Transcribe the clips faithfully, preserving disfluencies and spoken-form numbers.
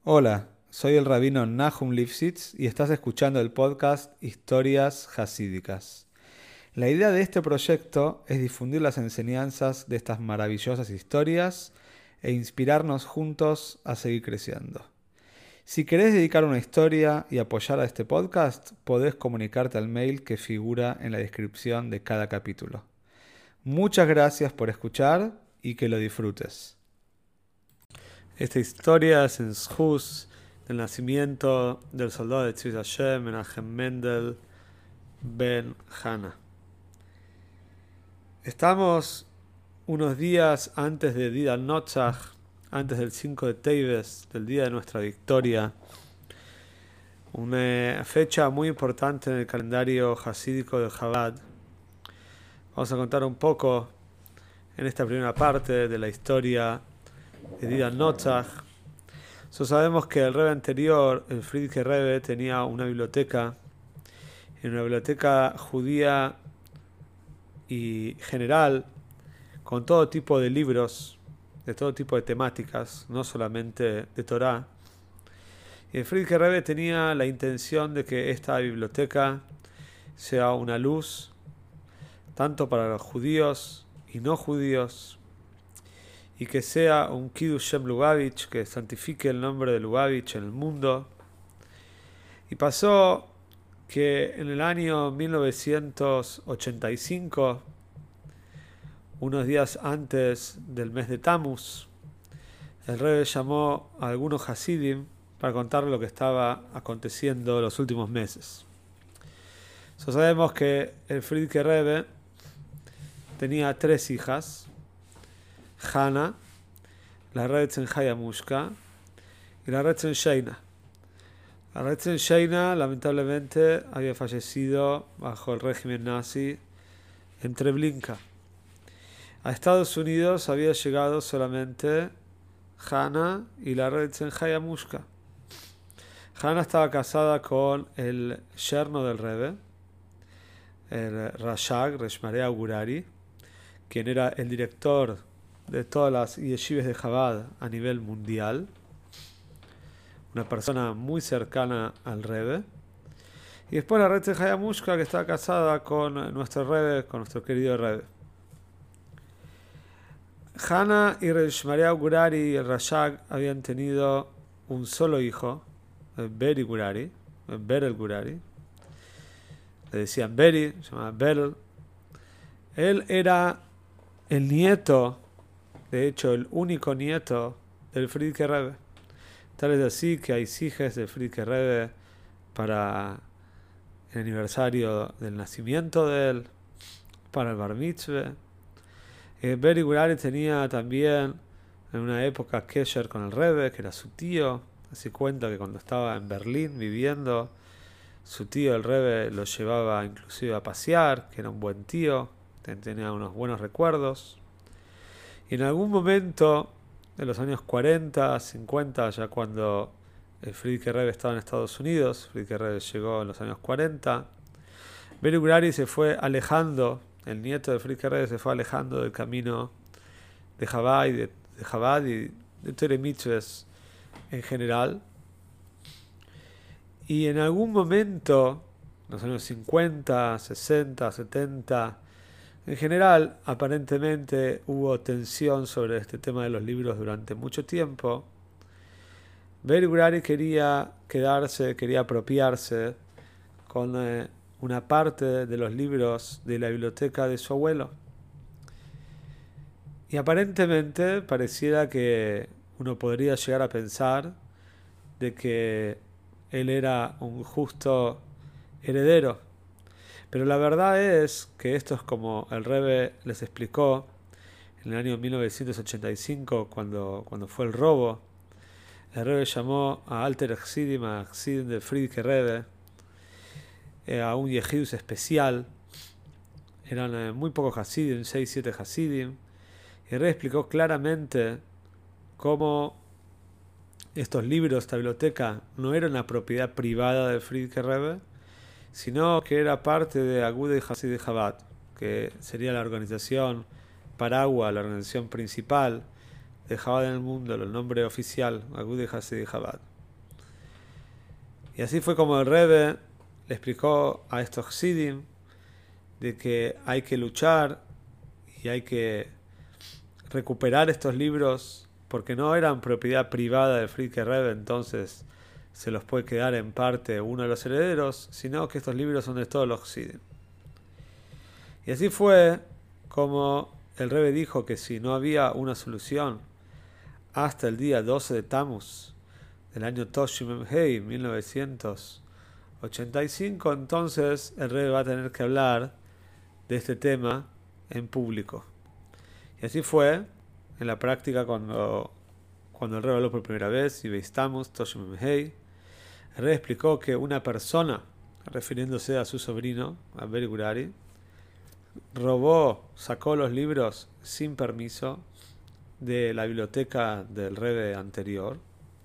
Hola, soy el rabino Nahum Lifshitz y estás escuchando el podcast Historias Hasídicas. La idea de este proyecto es difundir las enseñanzas de estas maravillosas historias e inspirarnos juntos a seguir creciendo. Si querés dedicar una historia y apoyar a este podcast, podés comunicarte al mail que figura en la descripción de cada capítulo. Muchas gracias por escuchar y que lo disfrutes. Esta historia es en Shus del nacimiento del soldado de Tzvi Hashem, Menachem Mendel Ben Hana. Estamos unos días antes de Did al-Notzach, antes del cinco de Teves, del día de nuestra victoria, una fecha muy importante en el calendario hasídico de Chabad. Vamos a contar un poco en esta primera parte de la historia de Did al-Notzach. So, sabemos que el Rebbe anterior, el Friedrich Rebbe, tenía una biblioteca, en una biblioteca judía y general, con todo tipo de libros, de todo tipo de temáticas, no solamente de Torá. Y el Friedrich Rebbe tenía la intención de que esta biblioteca sea una luz, tanto para los judíos y no judíos, y que sea un Kiddush Shem Lubavitch, que santifique el nombre de Lubavitch en el mundo. Y pasó que en el año mil novecientos ochenta y cinco, unos días antes del mes de Tammuz, el Rebbe llamó a algunos Hasidim para contarle lo que estaba aconteciendo los últimos meses. So, sabemos que el Friedrich Rebbe tenía tres hijas: Hana, la Retzen Hayamushka y la Retzen Sheina. La Retzen Sheina lamentablemente había fallecido bajo el régimen nazi en Treblinka. A Estados Unidos había llegado solamente Hana y la Retzen Hayamushka. Hana estaba casada con el yerno del Rebbe, el Rashag, Reshmarei Gurari, quien era el director de todas las yeshivas de Chabad a nivel mundial, una persona muy cercana al Rebbe. Y después la Retzen Hayamushka, que estaba casada con nuestro Rebbe, con nuestro querido Rebbe. Hana y Reshmarei Gurari y el Rashag habían tenido un solo hijo, Beri Gurari, Berel Gurari. Le decían Beri, se llamaba Berel. Él era el nieto, de hecho el único nieto del Friedrich Rebbe. Tal es así que hay hijes del Friedrich Rebbe para el aniversario del nacimiento de él, para el Bar Mitzvah. Eh, Beri Gurari tenía también en una época Kesher con el Rebbe, que era su tío. Así cuenta que cuando estaba en Berlín viviendo, su tío el Rebbe lo llevaba inclusive a pasear, que era un buen tío, tenía unos buenos recuerdos. Y en algún momento de los años cuarenta, cincuenta, ya cuando el Friedrich Rebbe estaba en Estados Unidos, Friedrich Rebbe llegó en los años cuarenta, Beri Gurari se fue alejando, el nieto de Friedrich Rebbe se fue alejando del camino de Chabad y de, de, Chabad y de Torah Mitzvos en general. Y en algún momento, en los años cincuenta, sesenta, setenta, en general, aparentemente hubo tensión sobre este tema de los libros durante mucho tiempo. Beri Gurari quería quedarse, quería apropiarse con eh, una parte de los libros de la biblioteca de su abuelo. Y aparentemente pareciera que uno podría llegar a pensar de que él era un justo heredero. Pero la verdad es que esto es como el Rebbe les explicó en el año mil novecientos ochenta y cinco, cuando, cuando fue el robo. El Rebbe llamó a Alter Hasidim, a Hasidim de Friedrich Rebbe, eh, a un Yehidus especial. Eran eh, muy pocos Hasidim, seis siete Hasidim. Y el Rebbe explicó claramente cómo estos libros, esta biblioteca, no era una propiedad privada de Friedrich Rebbe, sino que era parte de Aguda y Hasid Chabad, que sería la organización paraguas, la organización principal de Chabad en el mundo, el nombre oficial, Aguda y Hasid Chabad. Y así fue como el Rebbe le explicó a estos Chassidim de que hay que luchar y hay que recuperar estos libros porque no eran propiedad privada del Frierdiker Rebbe, entonces se los puede quedar en parte uno de los herederos, sino que estos libros son de todos los Chassidim. Y así fue como el Rebbe dijo que si no había una solución hasta el día doce de Tammuz del año Toshimem Hei, mil novecientos ochenta y cinco, entonces el Rebbe va a tener que hablar de este tema en público. Y así fue en la práctica cuando, cuando el Rebbe habló por primera vez, y veistamos Toshimem Hei, el Rebbe explicó que una persona, refiriéndose a su sobrino, a Beri Gurari, robó, sacó los libros sin permiso de la biblioteca del Rebbe anterior.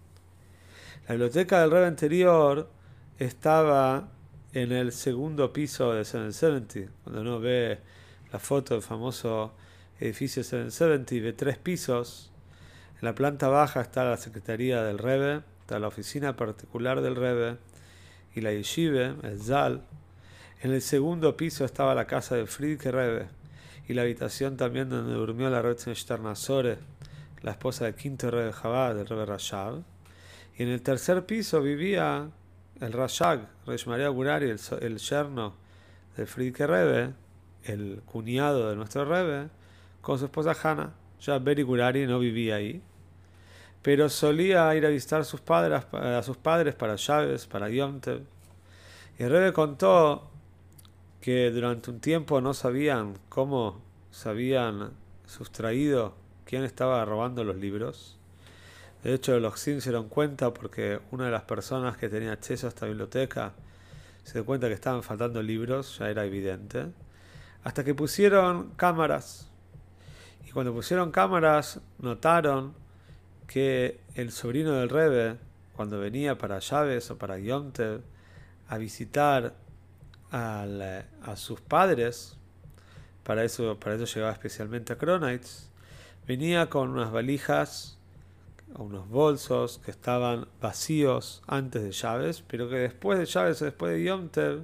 La biblioteca del Rebbe anterior estaba en el segundo piso de setecientos setenta. Cuando uno ve la foto del famoso edificio setecientos setenta, ve tres pisos. En la planta baja está la secretaría del Rebbe, está la oficina particular del Rebbe y la yeshiva, el Zal. En el segundo piso estaba la casa de Frierdiker Rebbe y la habitación también donde durmió la Rebbe Sternasore, la esposa del quinto Rebbe Chabad, del Rebbe Rashab. Y en el tercer piso vivía el Rashag, Reish Maria Gurari, el, el yerno del Frierdiker Rebbe, el cuñado de nuestro Rebbe, con su esposa Hannah. Ya Beri Gurari no vivía ahí, pero solía ir a visitar a sus padres, a sus padres para Shabbos, para Yom Tov. Y el Rebbe contó que durante un tiempo no sabían cómo se habían sustraído quién estaba robando los libros. De hecho, los Chassidim se dieron cuenta porque una de las personas que tenía acceso a esta biblioteca se dio cuenta que estaban faltando libros, ya era evidente, hasta que pusieron cámaras. Y cuando pusieron cámaras, notaron que el sobrino del Rebbe, cuando venía para Shabbos o para Yom Tov a visitar al, a sus padres, para eso, para eso llegaba especialmente a Kronites, venía con unas valijas o unos bolsos que estaban vacíos antes de Shabbos, pero que después de Shabbos o después de Yom Tov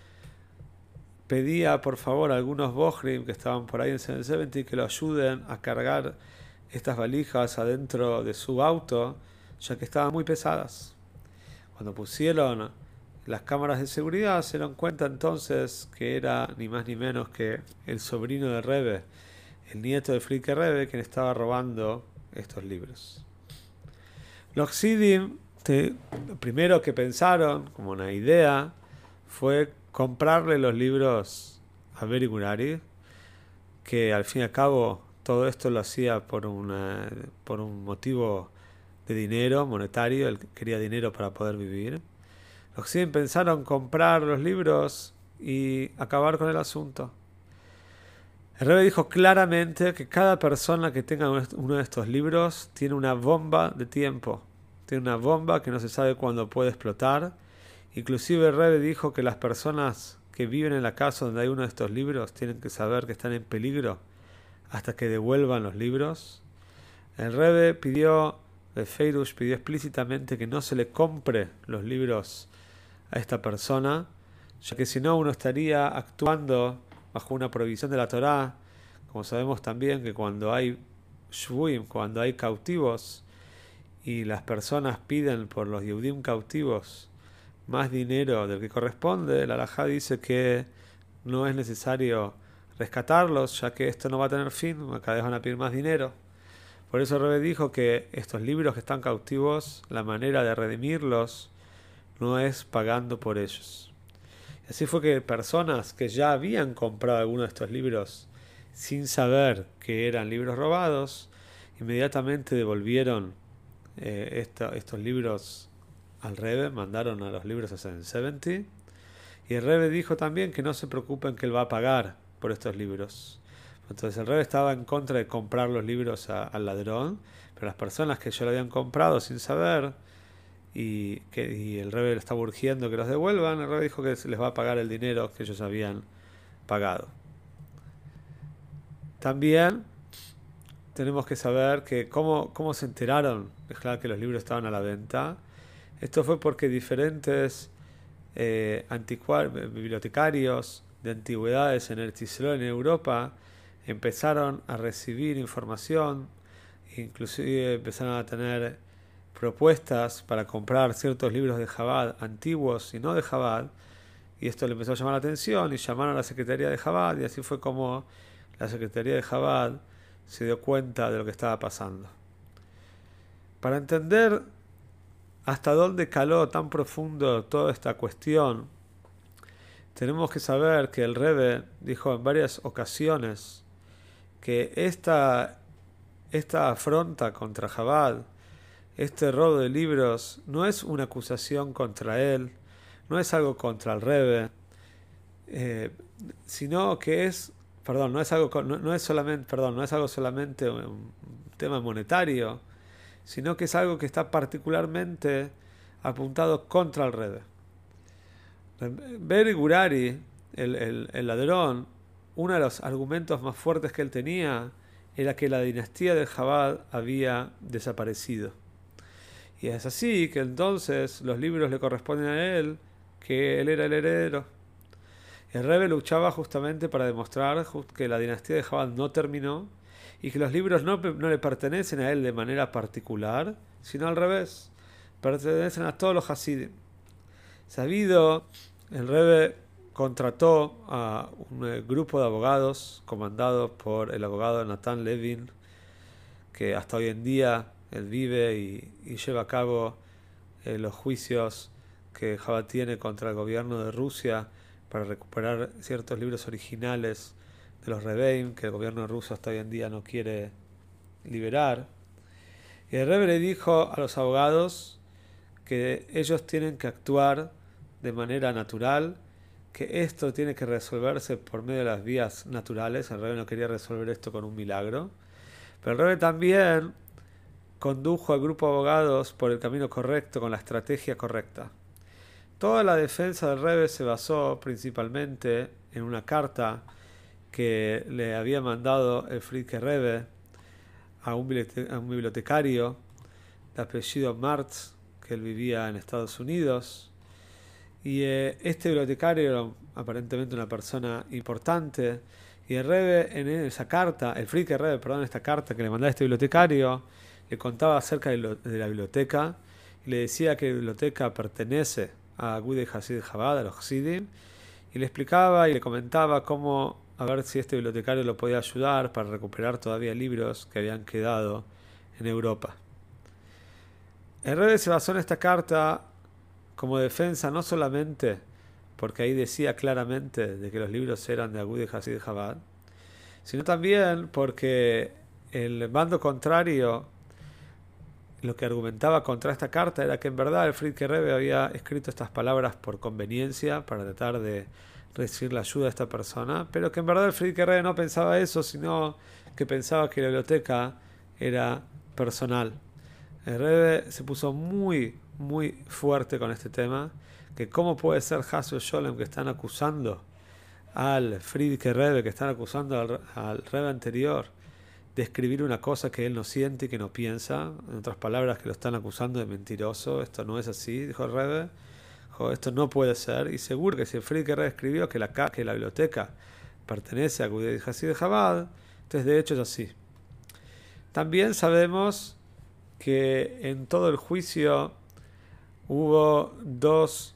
pedía por favor a algunos bohrim que estaban por ahí en setecientos setenta que lo ayuden a cargar estas valijas adentro de su auto, ya que estaban muy pesadas. Cuando pusieron las cámaras de seguridad se dieron cuenta entonces que era ni más ni menos que el sobrino del Rebbe, el nieto de Frierdiker Rebbe, quien estaba robando estos libros. Los Chassidim, lo primero que pensaron, como una idea, fue comprarle los libros a Beri Gurari, que al fin y al cabo todo esto lo hacía por, una, por un motivo de dinero monetario, él quería dinero para poder vivir. Los Chassidim pensaron comprar los libros y acabar con el asunto. El Rebbe dijo claramente que cada persona que tenga uno de estos libros tiene una bomba de tiempo, tiene una bomba que no se sabe cuándo puede explotar. Inclusive el Rebbe dijo que las personas que viven en la casa donde hay uno de estos libros tienen que saber que están en peligro hasta que devuelvan los libros. El Rebbe pidió, el Feirush pidió explícitamente que no se le compre los libros a esta persona, ya que si no uno estaría actuando bajo una prohibición de la Torá. Como sabemos también que cuando hay shvuim, cuando hay cautivos, y las personas piden por los Yehudim cautivos más dinero del que corresponde, la halajá dice que no es necesario rescatarlos, ya que esto no va a tener fin, cada vez van a pedir más dinero. Por eso el Rebbe dijo que estos libros que están cautivos, la manera de redimirlos no es pagando por ellos. Así fue que personas que ya habían comprado alguno de estos libros sin saber que eran libros robados, inmediatamente devolvieron eh, esta, estos libros al Rebbe, mandaron a los libros a setecientos setenta, y el Rebbe dijo también que no se preocupen que él va a pagar por estos libros. Entonces el Rebbe estaba en contra de comprar los libros a, al ladrón, pero las personas que ya lo habían comprado sin saber y que y el Rebbe le estaba urgiendo que los devuelvan, el Rebbe dijo que se les va a pagar el dinero que ellos habían pagado. También tenemos que saber que cómo, cómo se enteraron de que los libros estaban a la venta. Esto fue porque diferentes eh, bibliotecarios de antigüedades en Eretz Yisrael, en Europa, empezaron a recibir información, inclusive empezaron a tener propuestas para comprar ciertos libros de Chabad antiguos y no de Chabad, y esto le empezó a llamar la atención y llamaron a la Secretaría de Chabad, y así fue como la Secretaría de Chabad se dio cuenta de lo que estaba pasando. Para entender hasta dónde caló tan profundo toda esta cuestión, tenemos que saber que el Rebbe dijo en varias ocasiones que esta, esta afronta contra Chabad, este robo de libros, no es una acusación contra él, no es algo contra el Rebbe, eh, sino que es, perdón, no es algo, no, no es solamente, perdón, no es algo solamente un, un tema monetario, sino que es algo que está particularmente apuntado contra el Rebbe. Beri Gurari, el, el, el ladrón, uno de los argumentos más fuertes que él tenía era que la dinastía de Chabad había desaparecido. Y es así que entonces los libros le corresponden a él, que él era el heredero. El Rebbe luchaba justamente para demostrar que la dinastía de Chabad no terminó y que los libros no, no le pertenecen a él de manera particular, sino al revés, pertenecen a todos los Hasidim. Sabido, el Rebbe contrató a un grupo de abogados comandado por el abogado Nathan Levin, que hasta hoy en día él vive y, y lleva a cabo eh, los juicios que Chabad tiene contra el gobierno de Rusia para recuperar ciertos libros originales de los Rebbeim que el gobierno ruso hasta hoy en día no quiere liberar. Y el Rebbe le dijo a los abogados que ellos tienen que actuar de manera natural, que esto tiene que resolverse por medio de las vías naturales. El Rebbe no quería resolver esto con un milagro, pero el Rebbe también condujo al grupo de abogados por el camino correcto, con la estrategia correcta. Toda la defensa del Rebbe se basó principalmente en una carta que le había mandado el Friedke Rebbe a un bibliotecario de apellido Martz, que él vivía en Estados Unidos. Y eh, este bibliotecario era aparentemente una persona importante. Y el Rebbe, en esa carta, el Friedke Rebbe, perdón, esta carta que le mandaba a este bibliotecario, le contaba acerca de, lo, de la biblioteca y le decía que la biblioteca pertenece a Agudei Hasid Chabad, a los Hasidim, y le explicaba y le comentaba cómo, a ver si este bibliotecario lo podía ayudar para recuperar todavía libros que habían quedado en Europa. El Rebbe se basó en esta carta como defensa no solamente porque ahí decía claramente de que los libros eran de Agudei Hasid Chabad, sino también porque el bando contrario lo que argumentaba contra esta carta era que en verdad el Friedke Rebbe había escrito estas palabras por conveniencia, para tratar de recibir la ayuda de esta persona, pero que en verdad el Friedke Rebbe no pensaba eso, sino que pensaba que la biblioteca era personal. El Rebbe se puso muy, muy fuerte con este tema, que cómo puede ser Hasso Sholem, que están acusando al Friedke Rebbe, que están acusando al, al Rebbe anterior, de escribir una cosa que él no siente y que no piensa. En otras palabras, que lo están acusando de mentiroso. Esto no es así, dijo el Rebbe. Dijo, esto no puede ser. Y seguro que si el Friedke Rebbe escribió que la, que la biblioteca pertenece a Agudei Hasid Chabad, entonces de hecho es así. También sabemos que en todo el juicio hubo dos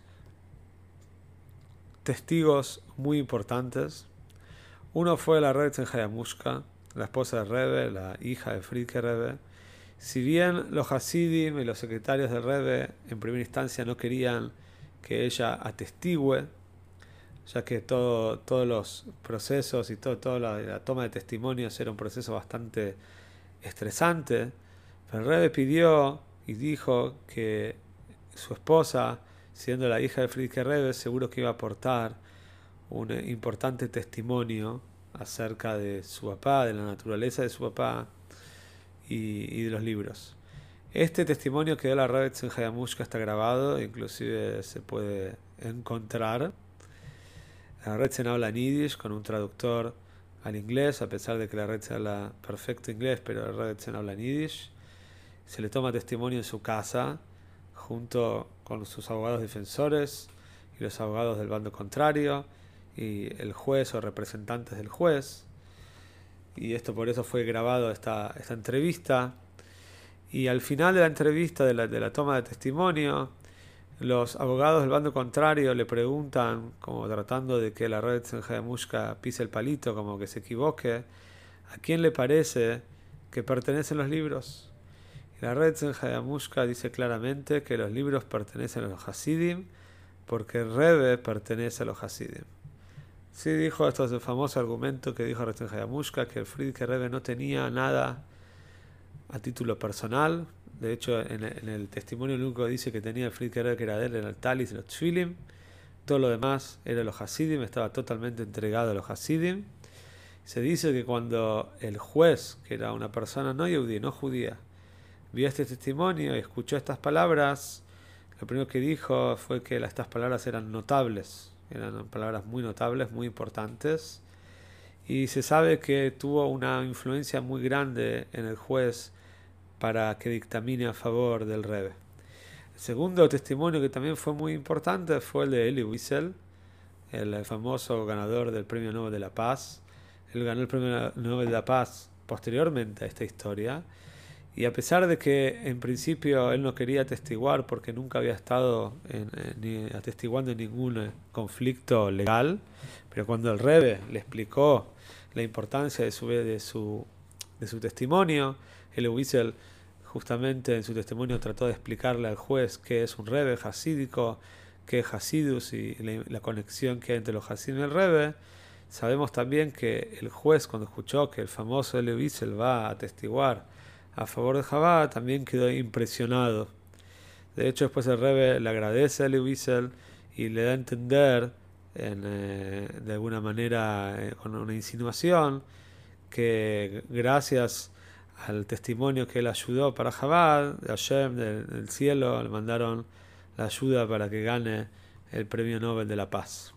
testigos muy importantes. Uno fue la Rebbetzin Hayamushka, la esposa del Rebbe, la hija de Friedke Rebbe. Si bien los Hasidim y los secretarios del Rebbe en primera instancia no querían que ella atestigue, ya que todo, todos los procesos y todo, toda la, la toma de testimonios era un proceso bastante estresante, pero el Rebbe pidió y dijo que su esposa, siendo la hija de Friedke Rebbe, seguro que iba a aportar un importante testimonio acerca de su papá, de la naturaleza de su papá y, y de los libros. Este testimonio que dio la Rebbetzin Hayamushka está grabado, inclusive se puede encontrar. La Rebbetzin habla en Yiddish con un traductor al inglés, a pesar de que la Rebbetzin habla perfecto inglés, pero la Rebbetzin habla en Yiddish. Se le toma testimonio en su casa, junto con sus abogados defensores y los abogados del bando contrario y el juez o representantes del juez. Y esto por eso fue grabado esta, esta entrevista. Y al final de la entrevista, de la, de la toma de testimonio, los abogados del bando contrario le preguntan, como tratando de que la Rebbe Hayamushka pise el palito, como que se equivoque, ¿a quién le parece que pertenecen los libros? Y la Rebbe Hayamushka dice claramente que los libros pertenecen a los Hasidim, porque el Rebbe pertenece a los Hasidim. Sí dijo, esto es el famoso argumento que dijo Rebbe Hayamushka, que el Friedrich Rebbe no tenía nada a título personal. De hecho, en el, en el testimonio lo único que dice que tenía el Friedrich Rebbe que era de él, era el talis y los tfilim. Todo lo demás era los Hasidim, estaba totalmente entregado a los Hasidim. Se dice que cuando el juez, que era una persona no yehudí, no judía, vio este testimonio y escuchó estas palabras, lo primero que dijo fue que estas palabras eran notables, eran palabras muy notables, muy importantes, y se sabe que tuvo una influencia muy grande en el juez para que dictamine a favor del Rebbe. El segundo testimonio que también fue muy importante fue el de Elie Wiesel, el famoso ganador del Premio Nobel de la Paz. Él ganó el Premio Nobel de la Paz posteriormente a esta historia, y a pesar de que en principio él no quería atestiguar porque nunca había estado en, en, ni atestiguando en ningún conflicto legal, pero cuando el Rebbe le explicó la importancia de su, de su, de su testimonio, Elie Wiesel justamente en su testimonio trató de explicarle al juez qué es un Rebbe hasídico, qué es Hasidus y la, la conexión que hay entre los Hasidim y el Rebbe. Sabemos también que el juez, cuando escuchó que el famoso Elie Wiesel va a atestiguar a favor de Chabad, también quedó impresionado. De hecho, después el Rebbe le agradece a Elie Wiesel y le da a entender, en, eh, de alguna manera, eh, con una insinuación, que gracias al testimonio que él ayudó para Chabad, de Hashem, del, del cielo, le mandaron la ayuda para que gane el Premio Nobel de la Paz.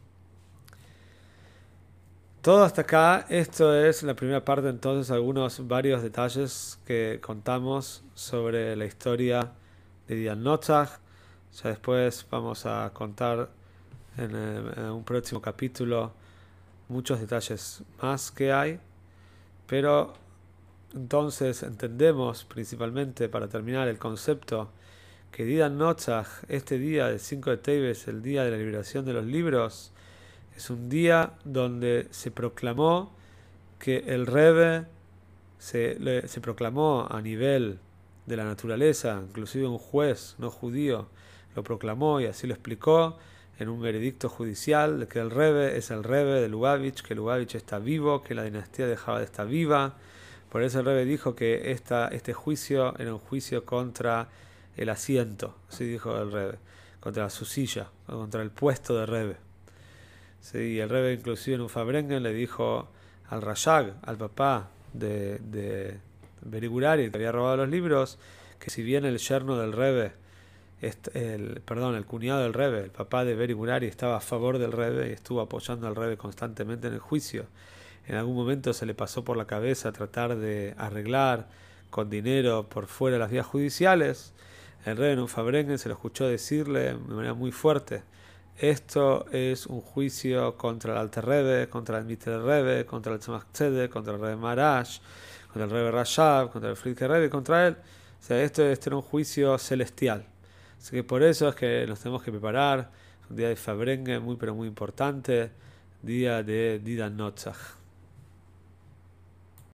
Todo hasta acá, esto es la primera parte, entonces algunos varios detalles que contamos sobre la historia de Didan Notzach. Ya después vamos a contar en, en un próximo capítulo muchos detalles más que hay, pero entonces entendemos principalmente, para terminar, el concepto que Didan Notzach, este día del cinco de Teves, el día de la liberación de los libros, es un día donde se proclamó que el Rebbe se, le, se proclamó a nivel de la naturaleza, inclusive un juez no judío lo proclamó y así lo explicó en un veredicto judicial, de que el Rebbe es el Rebbe de Lubavitch, que Lubavitch está vivo, que la dinastía de Chabad está viva. Por eso el Rebbe dijo que esta, este juicio era un juicio contra el asiento, así dijo el Rebbe, contra su silla, contra el puesto de Rebbe. Sí, el Rebbe inclusive en un Fabrengen le dijo al Rashag, al papá de, de Berigurari, que había robado los libros, que si bien el yerno del Rebbe, el, perdón, el cuñado del Rebbe, el papá de Berigurari, estaba a favor del Rebbe y estuvo apoyando al Rebbe constantemente en el juicio, en algún momento se le pasó por la cabeza tratar de arreglar con dinero por fuera de las vías judiciales. El Rebbe en un Fabrengen se lo escuchó decirle de manera muy fuerte: esto es un juicio contra el Alter Rebbe, contra el Mitter Rebbe, contra el Tzemach Tzedek, contra el Rebbe Marash, contra el Rebbe Rashab, contra el Friedrich Rebbe, contra él. O sea, esto, esto era un juicio celestial. Así que por eso es que nos tenemos que preparar. Un día de Fabrengen muy pero muy importante, día de Didan Notzach.